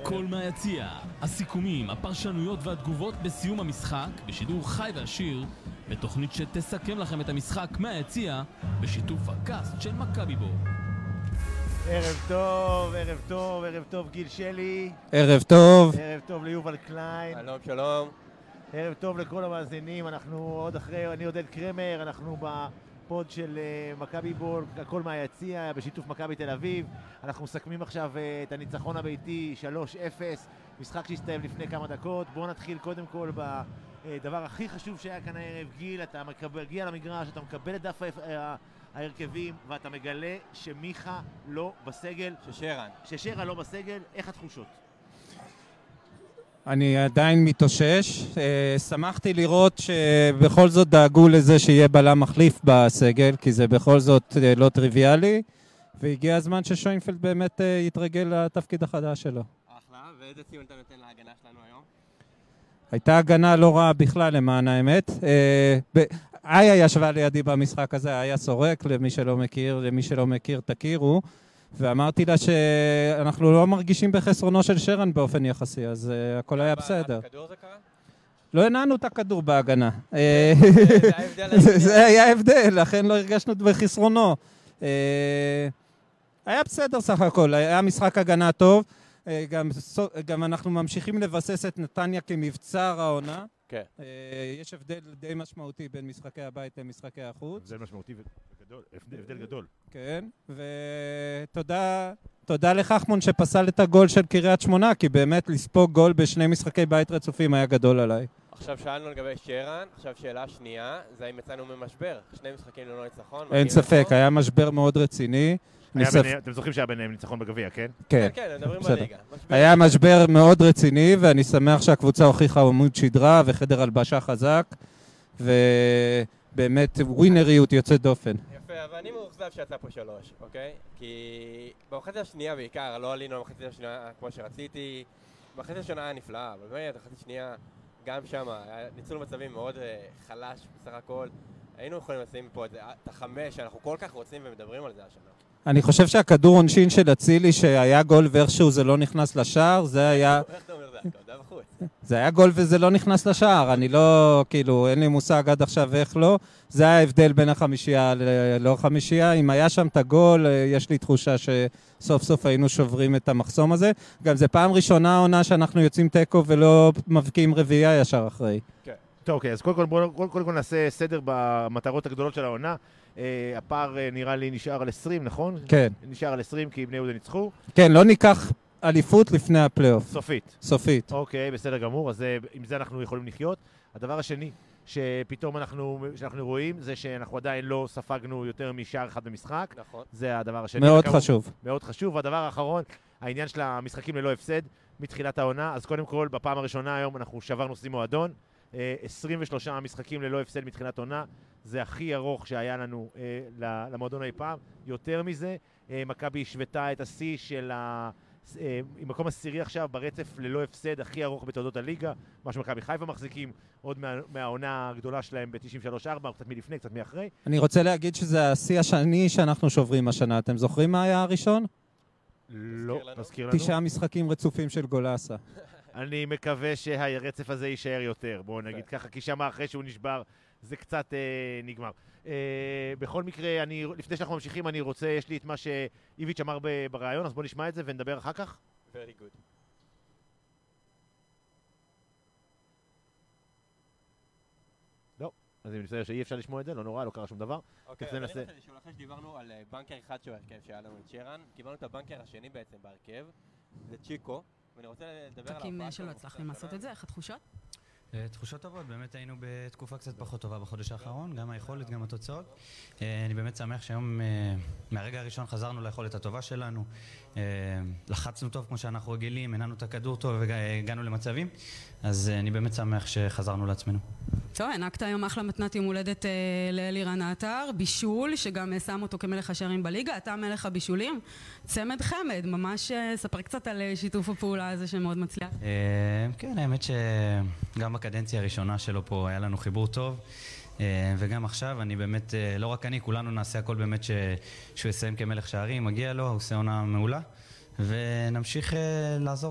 הכל מהיציע, הסיכומים, הפרשנויות והתגובות בסיום המשחק, בשידור חי ועשיר, בתוכנית שתסכם לכם את המשחק מהיציע, בשיתוף הקאסט של מכבי בו. ערב טוב, ערב טוב, ערב טוב גיל שלי. ערב טוב. ערב טוב ליובל קליין. שלום, שלום. ערב טוב לכל המאזינים, אנחנו עוד אחרי, אני עודד קרמר, אנחנו בפוד של מכבי בו, הכל מהיציע, בשיתוף מכבי תל אביב. אנחנו מסכמים עכשיו את הניצחון הביתי 3-0, משחק שהסתיים לפני כמה דקות. בואו נתחיל קודם כל בדבר הכי חשוב שהיה כאן הערב. גיל, אתה מגיע למגרש, אתה מקבל את דף ההרכבים ואתה מגלה שמיכה לא בסגל. ששרן לא בסגל. איך התחושות? אני עדיין מתאושש. שמחתי לראות שבכל זאת דאגו לזה שיהיה בלם מחליף בסגל, כי זה בכל זאת לא טריוויאלי, והגיע הזמן ששוינפלד באמת יתרגל לתפקיד החדש שלו. אחלה, ואיזה ציון אתה נותן להגנה שלנו היום? הייתה הגנה לא רעה בכלל למען האמת. איה ישבה לידי במשחק הזה, איה סורק, למי שלא מכיר תכירו, ואמרתי לה שאנחנו לא מרגישים בחסרונו של שרן באופן יחסי, אז הכל היה בסדר. הכדור זה קרה? לא הנענו את הכדור בהגנה. זה היה הבדל, לכן לא הרגשנו בחסרונו. היה בסדר סך הכל, היה משחק הגנה טוב, גם אנחנו ממשיכים לבסס את נתניה כמבצר העונה. כן. יש הבדל די משמעותי בין משחקי הבית למשחקי החוץ. הבדל משמעותי וגדול, הבדל גדול. כן, ותודה לחכמון שפסל את הגול של קריית שמונה, כי באמת לספוג גול בשני משחקי בית רצופים היה גדול עליי. עכשיו שאלנו לגבי שרן, עכשיו שאלה שנייה, זה האם יצאנו ממשבר. שני משחקים ללא ניצחון. אין ספק, היה משבר מאוד רציני. אתם זוכרים שהיה ביניהם ניצחון בגביע, כן? כן, כן, מדברים בליגה. היה משבר מאוד רציני, ואני שמח שהקבוצה הוכיחה עמוד שדרה וחדר הלבשה חזק, ובאמת ווינריות יוצאת דופן. יפה, אבל אני מאוכזב שיצא פה 3, אוקיי? כי במחצית השנייה בעיקר, לא עלינו במחצית השנייה כמו שרציתי. במחצית השנייה היה נפלאה, אבל באמת, במחצית השנייה גם שם, ניצול מצבים מאוד חלש בסך הכל. היינו יכולים לשים פה את החמש, שאנחנו כל כך רוצים ומדברים על זה השנה. אני חושב שהכדור עונשין של אצילי שהיה גול ואיכשהו זה לא נכנס לשער, זה היה... איך אתה אומר זה? בחוץ. זה היה גול וזה לא נכנס לשער, אני לא, כאילו, אין לי מושג עד עכשיו איך לא. זה היה ההבדל בין החמישייה ללא חמישייה. אם היה שם את הגול, יש לי תחושה שסוף סוף היינו שוברים את המחסום הזה. גם זה פעם ראשונה העונה שאנחנו יוצאים טקו ולא מבקיעים רביעייה ישר אחרי. כן. טוב, אוקיי, אז קודם כל נעשה סדר במטרות הגדולות של העונה. הפער נראה לי נשאר על 20, נכון? כן. נשאר על 20 כי בני יהודה ניצחו. כן, לא ניקח אליפות לפני הפלייאוף. סופית. אוקיי, בסדר גמור, אז עם זה אנחנו יכולים לחיות. הדבר השני שפתאום שאנחנו רואים זה שאנחנו עדיין לא ספגנו יותר משער אחד במשחק. נכון. זה הדבר השני. מאוד חשוב. מאוד חשוב. והדבר האחרון, העניין של המשחקים ללא הפסד מתחילת העונה. אז קודם כל, בפעם הראשונה היום אנחנו שברנו שיא מועדון. 23 משחקים ללא הפסד מתחילת עונה. זה הכי ארוך שהיה לנו למועדון אי פעם. יותר מזה, מכבי השוותה את השיא של עם מקום עשירי עכשיו ברצף ללא הפסד הכי ארוך בתולדות הליגה, מה שמכבי חיפה מחזיקים עוד מהעונה הגדולה שלהם ב-93-4, קצת מלפני, קצת מאחרי. אני רוצה להגיד שזה השיא השני שאנחנו שוברים השנה. אתם זוכרים מה היה הראשון? לא, תזכיר לנו. 9 משחקים רצופים של גולאסה. אני מקווה שהרצף הזה יישאר יותר, בואו נגיד ככה, כי שמה אחרי שהוא נשבר זה קצת נגמר. בכל מקרה, לפני שאנחנו ממשיכים, יש לי את מה שאיביץ' אמר ברעיון, אז בואו נשמע את זה ונדבר אחר כך. Very good. לא, אז אני מצטער שאי אפשר לשמוע את זה, לא נורא, לא קרה שום דבר. אוקיי, אבל אני רוצה לשאול אחרי שדיברנו על בנקר אחד שהוא הרכב שהיה לנו את שרן, קיבלנו את הבנקר השני בעצם בהרכב, זה צ'יקו, ואני רוצה לדבר על תקים שלא הצלחתם לעשות את זה, איך התחושות? תחושות טובות, באמת היינו בתקופה קצת פחות טובה בחודש האחרון, גם היכולת, גם התוצאות. אני באמת שמח שהיום, מהרגע הראשון חזרנו ליכולת הטובה שלנו, לחצנו טוב כמו שאנחנו רגילים, הנענו את הכדור טוב והגענו למצבים, אז אני באמת שמח שחזרנו לעצמנו. טוב, הענקת היום אחלה מתנת יום הולדת לאלירן עטר, בישול, שגם שם אותו כמלך השערים בליגה, אתה מלך הבישולים, צמד חמד, ממש ספר קצת על שיתוף הפעולה הזה שמאוד מצליח. כן, האמת שגם בקדנציה הראשונה שלו פה היה לנו חיבור טוב, וגם עכשיו אני באמת, לא רק אני, כולנו נעשה הכל באמת שהוא יסיים כמלך שערים, מגיע לו, הוא עושה עונה מעולה, ונמשיך לעזור לו.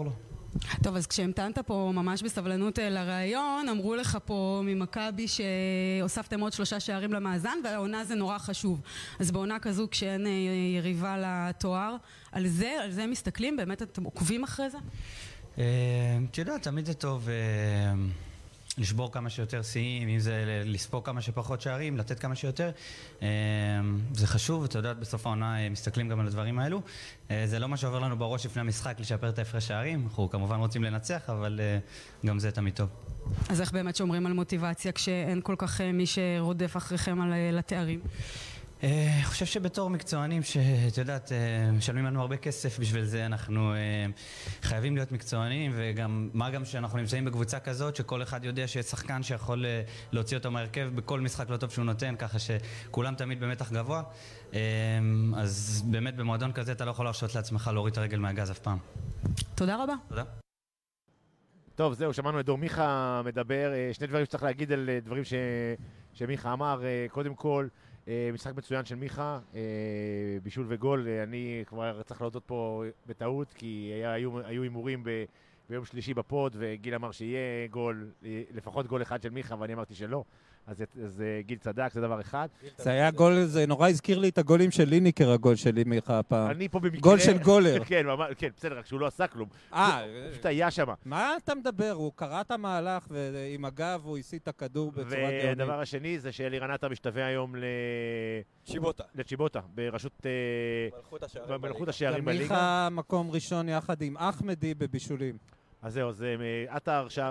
טוב, אז כשהמתנת פה ממש בסבלנות לרעיון, אמרו לך פה ממכבי שהוספתם עוד 3 שערים למאזן, והעונה זה נורא חשוב. אז בעונה כזו, כשאין יריבה לתואר, על זה מסתכלים? באמת אתם עוקבים אחרי זה? אתה יודע, תמיד זה טוב לשבור כמה שיותר שיאים, אם זה לספור כמה שפחות שערים, לתת כמה שיותר. זה חשוב, אתה יודע, בסוף העונה מסתכלים גם על הדברים האלו. זה לא מה שעובר לנו בראש לפני המשחק, לשפר את ההפרש שערים. אנחנו כמובן רוצים לנצח, אבל גם זה תמיד טוב. אז איך באמת שומרים על מוטיבציה כשאין כל כך מי שרודף אחריכם על התארים? אני חושב שבתור מקצוענים שאת יודעת, משלמים לנו הרבה כסף בשביל זה, אנחנו חייבים להיות מקצוענים, וגם מה גם שאנחנו נמצאים בקבוצה כזאת שכל אחד יודע שיש שחקן שיכול להוציא אותו מהרכב בכל משחק לא טוב שהוא נותן, ככה שכולם תמיד במתח גבוה. אז באמת במועדון כזה אתה לא יכול להרשות לעצמך להוריד את הרגל מהגז אף פעם. תודה רבה. תודה. טוב, זהו, שמענו את דור מיכה מדבר. 2 דברים שצריך להגיד על דברים שמיכה אמר. קודם כל, משחק מצוין של מיכה, בישול וגול. אני כבר צריך להודות פה בטעות, כי היו הימורים ביום שלישי בפוד, וגיל אמר שיהיה גול, לפחות גול אחד של מיכה, ואני אמרתי שלא. אז גיל צדק, זה דבר אחד. זה היה גול, זה נורא הזכיר לי את הגולים של ליניקר, הגול שלי מיכה הפעם. אני פה במקרה... גול של גולר. כן, בסדר, רק שהוא לא עשה כלום. הוא פשוט היה שם. מה אתה מדבר? הוא קרא את המהלך, ועם הגב הוא הסיט את הכדור בצורה גאונית. והדבר השני זה שאלירן עטר משתווה היום לצ'יבוטה, בראשות... מלכות השערים בליגה. מיכה מקום ראשון יחד עם אחמדי בבישולים. אז זהו, זה עטר שער...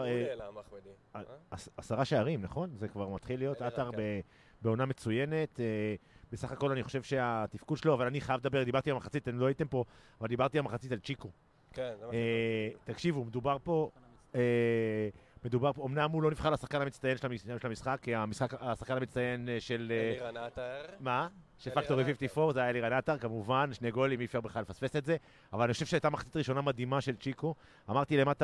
10 שערים, נכון? זה כבר מתחיל להיות עטר בעונה מצוינת. בסך הכל אני חושב שהתפקוד שלו, אבל אני חייב לדבר, דיברתי על המחצית, אתם לא הייתם פה, אבל דיברתי על המחצית על צ'יקו. כן, זה מה תקשיבו, מדובר פה, אמנם הוא לא נבחר לשחקן המצטיין של המשחק, כי השחקן המצטיין של... אלירן עטר. מה? של פקטורי 54, זה היה אלירן עטר, כמובן, 2 גולים, אי אפשר בכלל לפספס את זה, אבל אני חושב שהייתה מחצית ראשונה מדהימה של צ'יקו. אמרתי למטה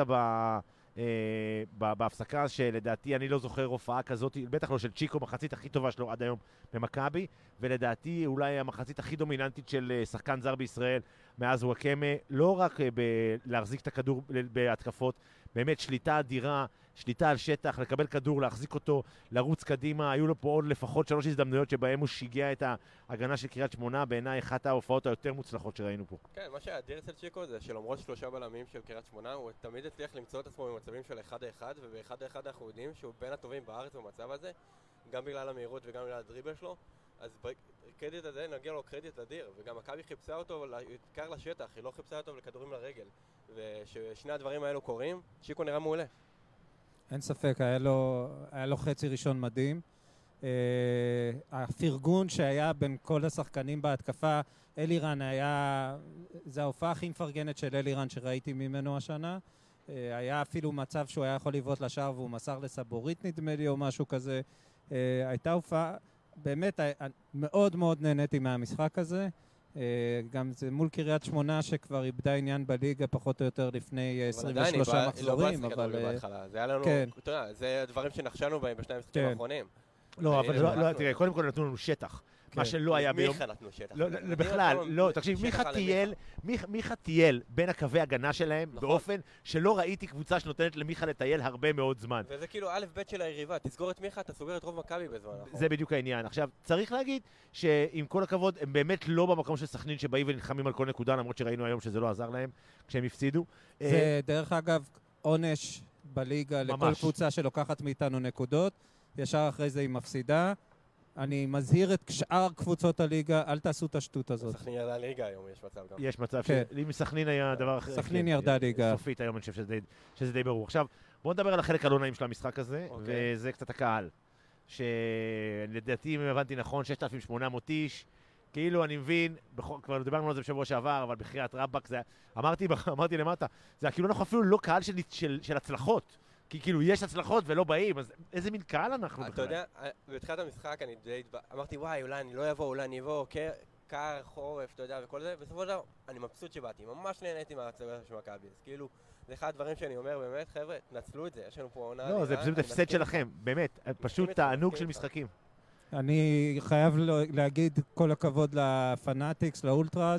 בהפסקה שלדעתי אני לא זוכר הופעה כזאת, בטח לא של צ'יקו, מחצית הכי טובה שלו עד היום במכבי, ולדעתי אולי המחצית הכי דומיננטית של שחקן זר בישראל מאז וואקמה, לא רק להחזיק את הכדור בהתקפות, באמת שליטה אדירה, שליטה על שטח, לקבל כדור, להחזיק אותו, לרוץ קדימה. היו לו פה עוד לפחות 3 הזדמנויות שבהם הוא שיגע את ההגנה של קריית שמונה, בעיניי אחת ההופעות היותר מוצלחות שראינו פה. כן, מה שהאדיר אצל צ'יקו זה שלמרות 3 בלמים של קריית שמונה, הוא תמיד הצליח למצוא את עצמו במצבים של 1-1, וב-1-1 אנחנו יודעים שהוא בין הטובים בארץ במצב הזה, גם בגלל המהירות וגם בגלל הדריבל שלו. אז בקרדיט הזה נגיע לו קרדיט אדיר, וגם מכבי חיפשה אותו בעיקר לשטח, היא לא חיפשה אותו לכדורים לרגל. וששני הדברים האלו קורים, צ'יקו נראה מעולה. אין ספק, היה לו חצי ראשון מדהים. הפרגון שהיה בין כל השחקנים בהתקפה, אלירן היה... זו ההופעה הכי מפרגנת של אלירן שראיתי ממנו השנה. היה אפילו מצב שהוא היה יכול לבעוט לשער והוא מסר לסבורית נדמה לי או משהו כזה. הייתה הופעה, באמת מאוד מאוד נהניתי מהמשחק הזה. גם זה מול קריית שמונה שכבר איבדה עניין בליגה פחות או יותר לפני 23 מחזורים, אבל... זה היה לנו... זה הדברים שנחשנו בהם בשני המשחקים האחרונים. לא, אבל תראה, קודם כל נתנו לנו שטח. מה שלא היה ביום... מיכה נתנו שטח. בכלל, לא, תקשיב, מיכה טייל בין הקווי הגנה שלהם באופן שלא ראיתי קבוצה שנותנת למיכה לטייל הרבה מאוד זמן. וזה כאילו א' ב' של היריבה, תסגור את מיכה, אתה סוגר את רוב מכבי בזמן האחרון. זה בדיוק העניין. עכשיו, צריך להגיד שעם כל הכבוד, הם באמת לא במקום של סכנין שבאים ונלחמים על כל נקודה, למרות שראינו היום שזה לא עזר להם כשהם הפסידו. זה דרך אגב עונש בליגה לכל קבוצה שלוקחת מאיתנו נקודות, ישר אחרי זה היא מפסידה. אני מזהיר את שאר קבוצות הליגה, אל תעשו את השטות הזאת. סכנין ירדה ליגה היום, יש מצב גם. יש מצב, אם סכנין היה דבר אחר. סכנין ירדה ליגה. סופית היום, אני חושב שזה די ברור. עכשיו, בואו נדבר על החלק הלא נעים של המשחק הזה, וזה קצת הקהל. שלדעתי, אם הבנתי נכון, 6,800 איש, כאילו אני מבין, כבר דיברנו על זה בשבוע שעבר, אבל בחיית רבק, אמרתי למטה, זה כאילו אנחנו אפילו לא קהל של הצלחות. כי כאילו יש הצלחות ולא באים, אז איזה מין קהל אנחנו בכלל? אתה יודע, בתחילת המשחק אני אמרתי, וואי, אולי אני לא אבוא, אולי אני אבוא, קר, חורף, אתה יודע, וכל זה, בסופו של דבר, אני מבסוט שבאתי, ממש נהניתי מההצגה של מכבי, אז כאילו, זה אחד הדברים שאני אומר, באמת, חבר'ה, תנצלו את זה, יש לנו פה עונה... לא, זה פשוט הפסד שלכם, באמת, פשוט תענוג של משחקים. אני חייב להגיד כל הכבוד לפנאטיקס, לאולטראז,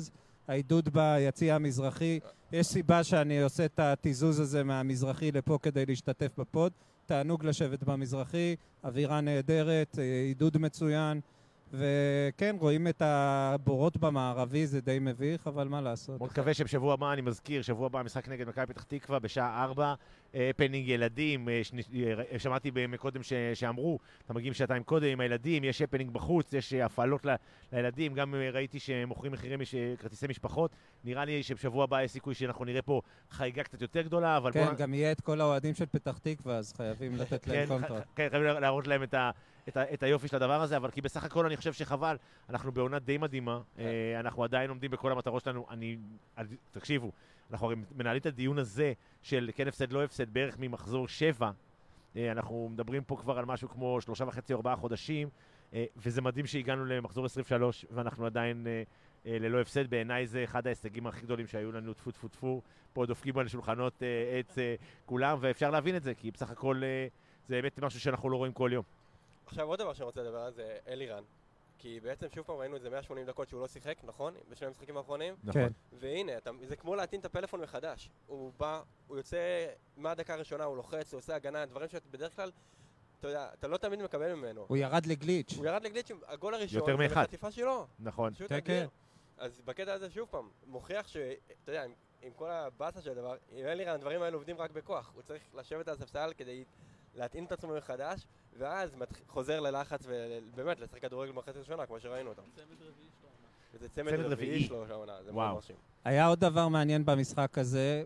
העידוד ביציע המזרחי. יש סיבה שאני עושה את התיזוז הזה מהמזרחי לפה כדי להשתתף בפוד. תענוג לשבת במזרחי, אווירה נהדרת, עידוד מצוין. וכן, רואים את הבורות במערבי, זה די מביך, אבל מה לעשות? מאוד מקווה שבשבוע הבא, אני מזכיר, שבוע הבא משחק נגד מכבי פתח תקווה בשעה 4, פנינג ילדים, שמעתי מקודם שאמרו, אתה מגיעים שעתיים קודם עם הילדים, יש פנינג בחוץ, יש הפעלות לילדים, גם ראיתי שמוכרים מחירים כרטיסי משפחות, נראה לי שבשבוע הבא יש סיכוי שאנחנו נראה פה חגיגה קצת יותר גדולה, אבל כן, גם יהיה את כל האוהדים של פתח תקווה, אז חייבים לתת להם קונטרקט. כן, חייבים להראות להם את היופי של הדבר הזה, אבל כי בסך הכל אני חושב שחבל, אנחנו בעונה די מדהימה, אנחנו עדיין עומדים בכל המטרות שלנו, תקשיבו, אנחנו מנהלים את הדיון הזה של כן הפסד לא הפסד בערך ממחזור 7, אנחנו מדברים פה כבר על משהו כמו 3.5 או 4 חודשים, וזה מדהים שהגענו למחזור 23 ואנחנו עדיין ללא הפסד, בעיניי זה אחד ההישגים הכי גדולים שהיו לנו, טפו טפו טפו, פה דופקים על שולחנות עץ כולם, ואפשר להבין את זה, כי בסך הכל זה באמת משהו שאנחנו לא רואים כל יום. עכשיו עוד דבר שאני רוצה לדבר על זה אלירן, כי בעצם שוב פעם ראינו את זה 180 דקות שהוא לא שיחק, נכון? בשני המשחקים האחרונים. נכון. והנה, זה כמו להטעין את הפלאפון מחדש. הוא בא, הוא יוצא מהדקה הראשונה, הוא לוחץ, הוא עושה הגנה, דברים שבדרך כלל, אתה יודע, אתה לא תמיד מקבל ממנו. הוא ירד לגליץ'. הגול הראשון, יותר מאחד. זה חטיפה שלו. נכון. כן. אז בקטע הזה שוב פעם, מוכיח אתה יודע, עם כל הבאסה של הדבר, עם אלירן הדברים האלה עובדים רק בכוח. הוא צריך לשבת על הספסל כדי להטעין את עצמו מחדש, ואז חוזר ללחץ ובאמת לשחק כדורגל במחצית ראשונה, כמו שראינו אותם. זה צמד רביעי שלו שעונה, זה מאוד מרשים. היה עוד דבר מעניין במשחק הזה,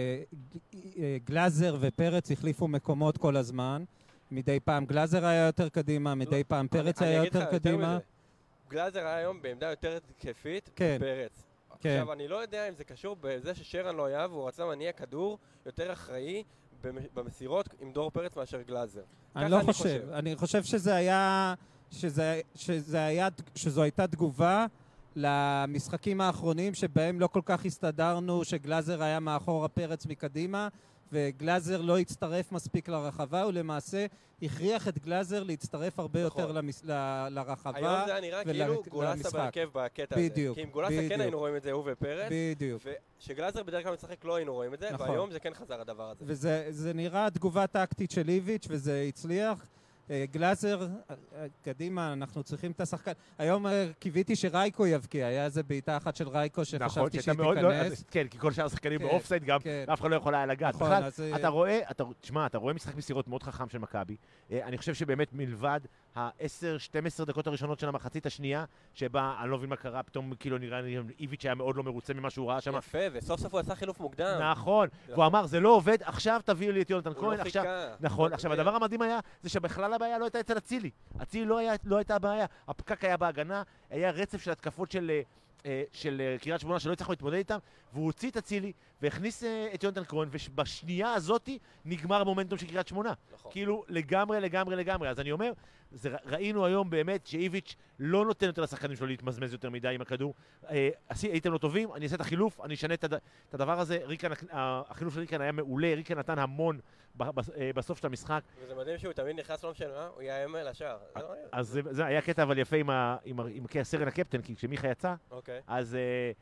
גלאזר ופרץ החליפו מקומות כל הזמן, מדי פעם גלאזר היה יותר קדימה, מדי פעם פרץ היה יותר קדימה. גלאזר היה היום בעמדה יותר התקפית מפרץ. עכשיו, אני לא יודע אם זה קשור בזה ששרן לא היה, והוא רצה מניע כדור יותר אחראי, במסירות עם דור פרץ מאשר גלאזר. אני לא חושב. אני חושב שזו הייתה תגובה למשחקים האחרונים שבהם לא כל כך הסתדרנו, שגלאזר היה מאחור הפרץ מקדימה, וגלאזר לא הצטרף מספיק לרחבה, ולמעשה הכריח את גלאזר להצטרף הרבה יותר לרחבה. היום זה היה נראה כאילו גולסה בהרכב בקטע הזה. כי עם גולסה כן היינו רואים את זה, הוא ופרץ. בדיוק. ושגלאזר בדרך כלל משחק לא היינו רואים את זה, והיום זה כן חזר הדבר הזה. וזה נראה תגובה טקטית של איביץ' וזה הצליח. גלאזר, קדימה, אנחנו צריכים את השחקן. היום קיוויתי שרייקו יבקיע, היה איזה בעיטה אחת של רייקו שחשבתי שהיא תיכנס. כן, כי כל שאר השחקנים באופסייד גם, אף אחד לא יכול היה לגעת. בכלל, אתה רואה משחק מסירות מאוד חכם של מכבי. אני חושב שבאמת מלבד ה-10-12 דקות הראשונות של המחצית השנייה, שבה אני לא מבין מה קרה, פתאום כאילו נראה לי איביץ' היה מאוד לא מרוצה ממה שהוא ראה שם. יפה, וסוף סוף הוא עשה חילוף מוקדם. נכון, והוא אמר, זה לא עובד, עכשיו תביאו לי את יונתן כהן, נכון, עכשיו הדבר המדהים היה, זה שבכלל הבעיה לא הייתה אצל אצילי. אצילי לא הייתה הבעיה, הפקק היה בהגנה, היה רצף של התקפות של קריית שמונה שלא הצליחו להתמודד איתם, והוא הוציא את אצילי והכניס את יונתן כהן, ובשנייה הזאת נגמר המומנטום של קריית שמונה. כאילו לגמרי. אז אני אומר, ראינו היום באמת שאיביץ' לא נותן יותר לשחקנים שלו להתמזמז יותר מדי עם הכדור. הייתם לא טובים, אני אעשה את החילוף, אני אשנה את הדבר הזה. החילוף של ריקן היה מעולה, ריקן נתן המון בסוף של המשחק. וזה מדהים שהוא תמיד נכנס לא משנה, הוא יאיים לשער. אז זה היה קטע אבל יפה עם סרן הקפטן, כי כשמיכה יצא, אז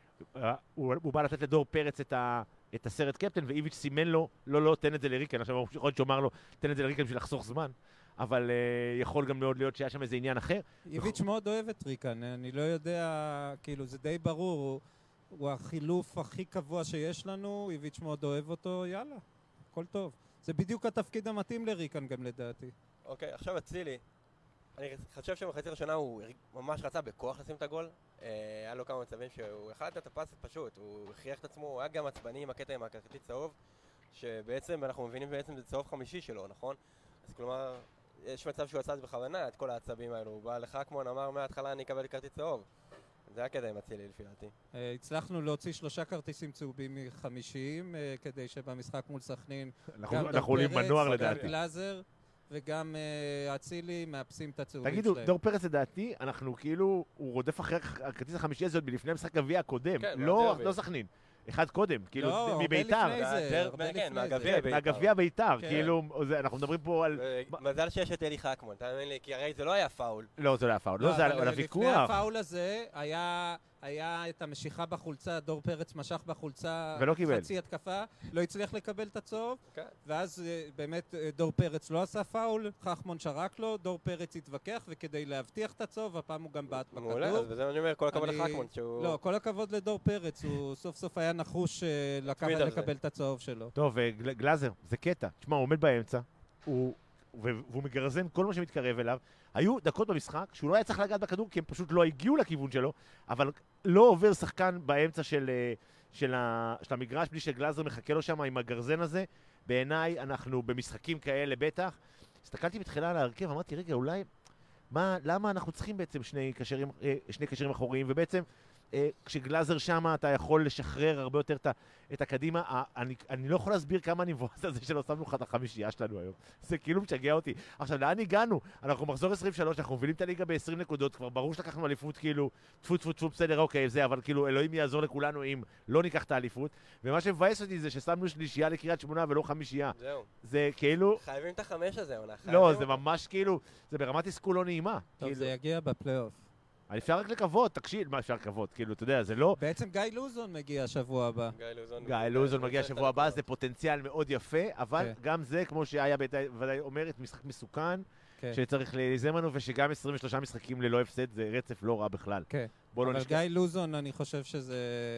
הוא בא לתת לדור פרץ את הסרט קפטן, ואיביץ' סימן לו, לא, תן את זה לריקן. עכשיו יכול להיות שאומר לו, תן את זה לריקן בשביל לחסוך זמן. אבל יכול גם מאוד להיות שהיה שם איזה עניין אחר. איביץ' מאוד אוהב את ריקן, אני לא יודע, כאילו זה די ברור, הוא החילוף הכי קבוע שיש לנו, איביץ' מאוד אוהב אותו, יאללה, הכל טוב. זה בדיוק התפקיד המתאים לריקן גם לדעתי. אוקיי, עכשיו אצילי, אני חושב שבחצי ראשונה הוא ממש רצה בכוח לשים את הגול, היה לו כמה מצבים שהוא החלט את הפס פשוט, הוא הכריח את עצמו, הוא היה גם עצבני עם הקטע עם הכרטיס צהוב, שבעצם אנחנו מבינים בעצם זה צהוב חמישי שלו, נכון? אז כלומר, יש מצב שהוא עשה את בכוונה, את כל העצבים האלו, הוא בא לחכמון, אמר מההתחלה אני אקבל כרטיס צהוב. זה היה כדי עם אצילי לפי דעתי. הצלחנו להוציא 3 כרטיסים צהובים מ-50, כדי שבמשחק מול סכנין, אנחנו עולים בנוער לדעתי. גם גלאזר וגם אצילי מאפסים את הצהובים שלהם. תגידו, דור פרץ לדעתי, אנחנו כאילו, הוא רודף אחרי הכרטיס החמישי הזה לפני המשחק גביע הקודם, לא סכנין. אחד קודם, כאילו, מביתר. מהגביע ביתר, כאילו, אנחנו מדברים פה על... מזל שיש את אלי חכמון, תאמין לי, כי הרי זה לא היה פאול. לא, זה לא היה פאול, לא, זה היה ויכוח. לפני הפאול הזה היה היה את המשיכה בחולצה, דור פרץ משך בחולצה, ולא קיבל. חצי התקפה, לא הצליח לקבל את הצהוב, כן. ואז באמת דור פרץ לא עשה פאול, חכמון שרק לו, דור פרץ התווכח, וכדי להבטיח את הצהוב, הפעם הוא גם בעט בכדור. מעולה, אז בזה אני אומר, כל הכבוד לחכמון שהוא... לא, כל הכבוד לדור פרץ, הוא סוף סוף היה נחוש לקבל את הצהוב שלו. טוב, גלאזר, זה קטע. תשמע, הוא עומד באמצע, והוא מגרזן כל מה שמתקרב אליו. היו דקות במשחק שהוא לא היה צריך לגעת בכדור, כי הם פשוט לא הגיעו לכיוון שלו, אבל לא עובר שחקן באמצע של המגרש, בלי שגלאזר מחכה לו שם עם הגרזן הזה. בעיניי, אנחנו במשחקים כאלה בטח. הסתכלתי בתחילה על ההרכב, אמרתי, רגע, אולי, למה אנחנו צריכים בעצם שני קשרים אחוריים, ובעצם כשגלאזר שם אתה יכול לשחרר הרבה יותר את הקדימה. אני לא יכול להסביר כמה אני מבואס על זה שלא שמנו לך את החמישייה שלנו היום. זה כאילו משגע אותי. עכשיו, לאן הגענו? אנחנו מחזור 23, אנחנו מובילים את הליגה ב-20 נקודות, כבר ברור שלקחנו אליפות, כאילו, טפו, בסדר, אוקיי, זה, אבל כאילו, אלוהים יעזור לכולנו אם לא ניקח את האליפות. ומה שמבאס אותי זה ששמנו שלישייה לקריית שמונה ולא חמישייה. זהו. זה כאילו... חייבים את החמש הזה, עונה. לא, זה ממש כאילו, זה ברמת תסכול לא נעימה. טוב, זה יגיע בפלייאוף. אפשר רק לקוות, תקשיב, מה אפשר לקוות? כאילו, אתה יודע, זה לא... בעצם גיא לוזון מגיע השבוע הבא. גיא לוזון מגיע השבוע הבא, זה פוטנציאל מאוד יפה, אבל גם זה, כמו שהיה ודאי אומרת, משחק מסוכן, שצריך להיזם לנו, ושגם 23 משחקים ללא הפסד, זה רצף לא רע בכלל. אבל גיא לוזון, אני חושב שזה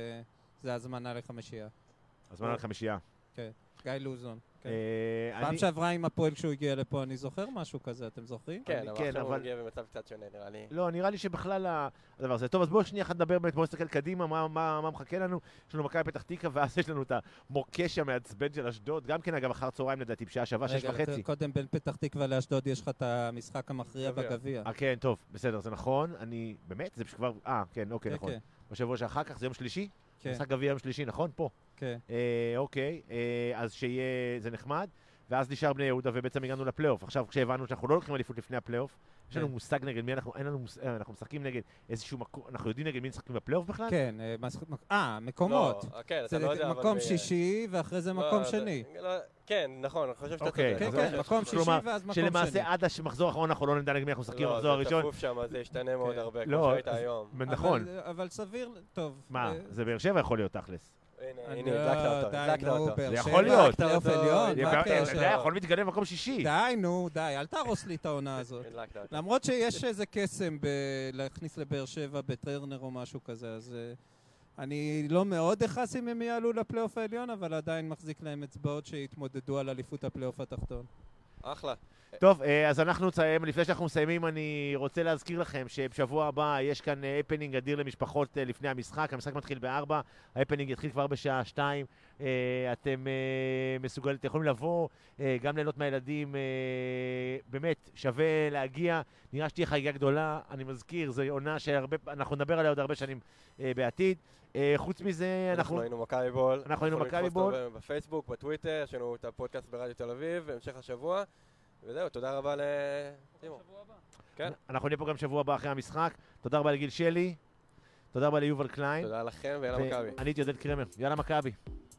הזמנה לחמישייה. הזמנה לחמישייה. כן, גיא לוזון. פעם שעברה עם הפועל כשהוא הגיע לפה, אני זוכר משהו כזה, אתם זוכרים? כן, אבל עכשיו הוא הגיע במצב קצת שונה, נראה לי. לא, נראה לי שבכלל הדבר הזה. טוב, אז בואו שנייה אחת נדבר באמת, בואו נסתכל קדימה, מה מחכה לנו. יש לנו מכבי פתח תקווה, ואז יש לנו את המוקש המעצבן של אשדוד, גם כן אגב אחר צהריים לדעתי, בשעה שווה 6:30. רגע, קודם בין פתח תקווה לאשדוד יש לך את המשחק המכריע בגביע. כן, טוב, בסדר, זה נכון. אני, באמת, זה כבר, כן, אוקיי, נכון. בשבוע שאחר כך, זה יום שלישי? משחק גביע יום שלישי, נכון? פה. כן. אוקיי, אז שיהיה, זה נחמד. ואז נשאר בני יהודה, ובעצם הגענו לפלייאוף. עכשיו, כשהבנו שאנחנו לא לוקחים אליפות לפני הפלייאוף, יש לנו מושג נגד מי אנחנו משחקים נגד איזשהו מקום, אנחנו יודעים נגד מי משחקים בפלייאוף בכלל? כן, מקומות. זה מקום שישי, ואחרי זה מקום שני. כן, נכון, אני חושב שאתה צודק. כן, מקום שישי ואז מקום שני. שלמעשה עד המחזור האחרון אנחנו לא נדע נגד מי אנחנו משחקים במחזור הראשון. לא, זה תפוף שם, זה ישתנה מאוד הרבה, כמו שהיית היום. נכון. אבל סביר, טוב. מה, זה באר שבע יכול להיות תכלס. הנה, הדלקת אותו. זה יכול להיות. זה יכול להתקדם במקום שישי. די, אל תהרוס לי את העונה הזאת. למרות שיש איזה קסם להכניס לבאר שבע בטרנר או משהו כזה, אז אני לא מאוד אחס אם הם יעלו לפלייאוף העליון, אבל עדיין מחזיק להם אצבעות שיתמודדו על אליפות הפלייאוף התחתון. אחלה. טוב, אז אנחנו נסיים, לפני שאנחנו מסיימים אני רוצה להזכיר לכם שבשבוע הבא יש כאן הפנינג אדיר למשפחות לפני המשחק מתחיל ב-4, ההפנינג יתחיל כבר בשעה 2, אתם יכולים לבוא, גם ליהנות מהילדים, באמת שווה להגיע, נראה שתהיה חגיגה גדולה, אני מזכיר, זו עונה שאנחנו נדבר עליה עוד הרבה שנים בעתיד. חוץ מזה, אנחנו היינו מכבי בול. אנחנו היינו מכבי בול. בפייסבוק, בטוויטר, יש לנו את הפודקאסט ברדיו תל אביב, בהמשך השבוע. וזהו, תודה רבה לטימו. כן. אנחנו נהיה פה גם שבוע הבא אחרי המשחק. תודה רבה לגיל שלי. תודה רבה ליובל קליין. תודה לכם ויאללה מכבי. אני הייתי עודד קרמר. יאללה מכבי.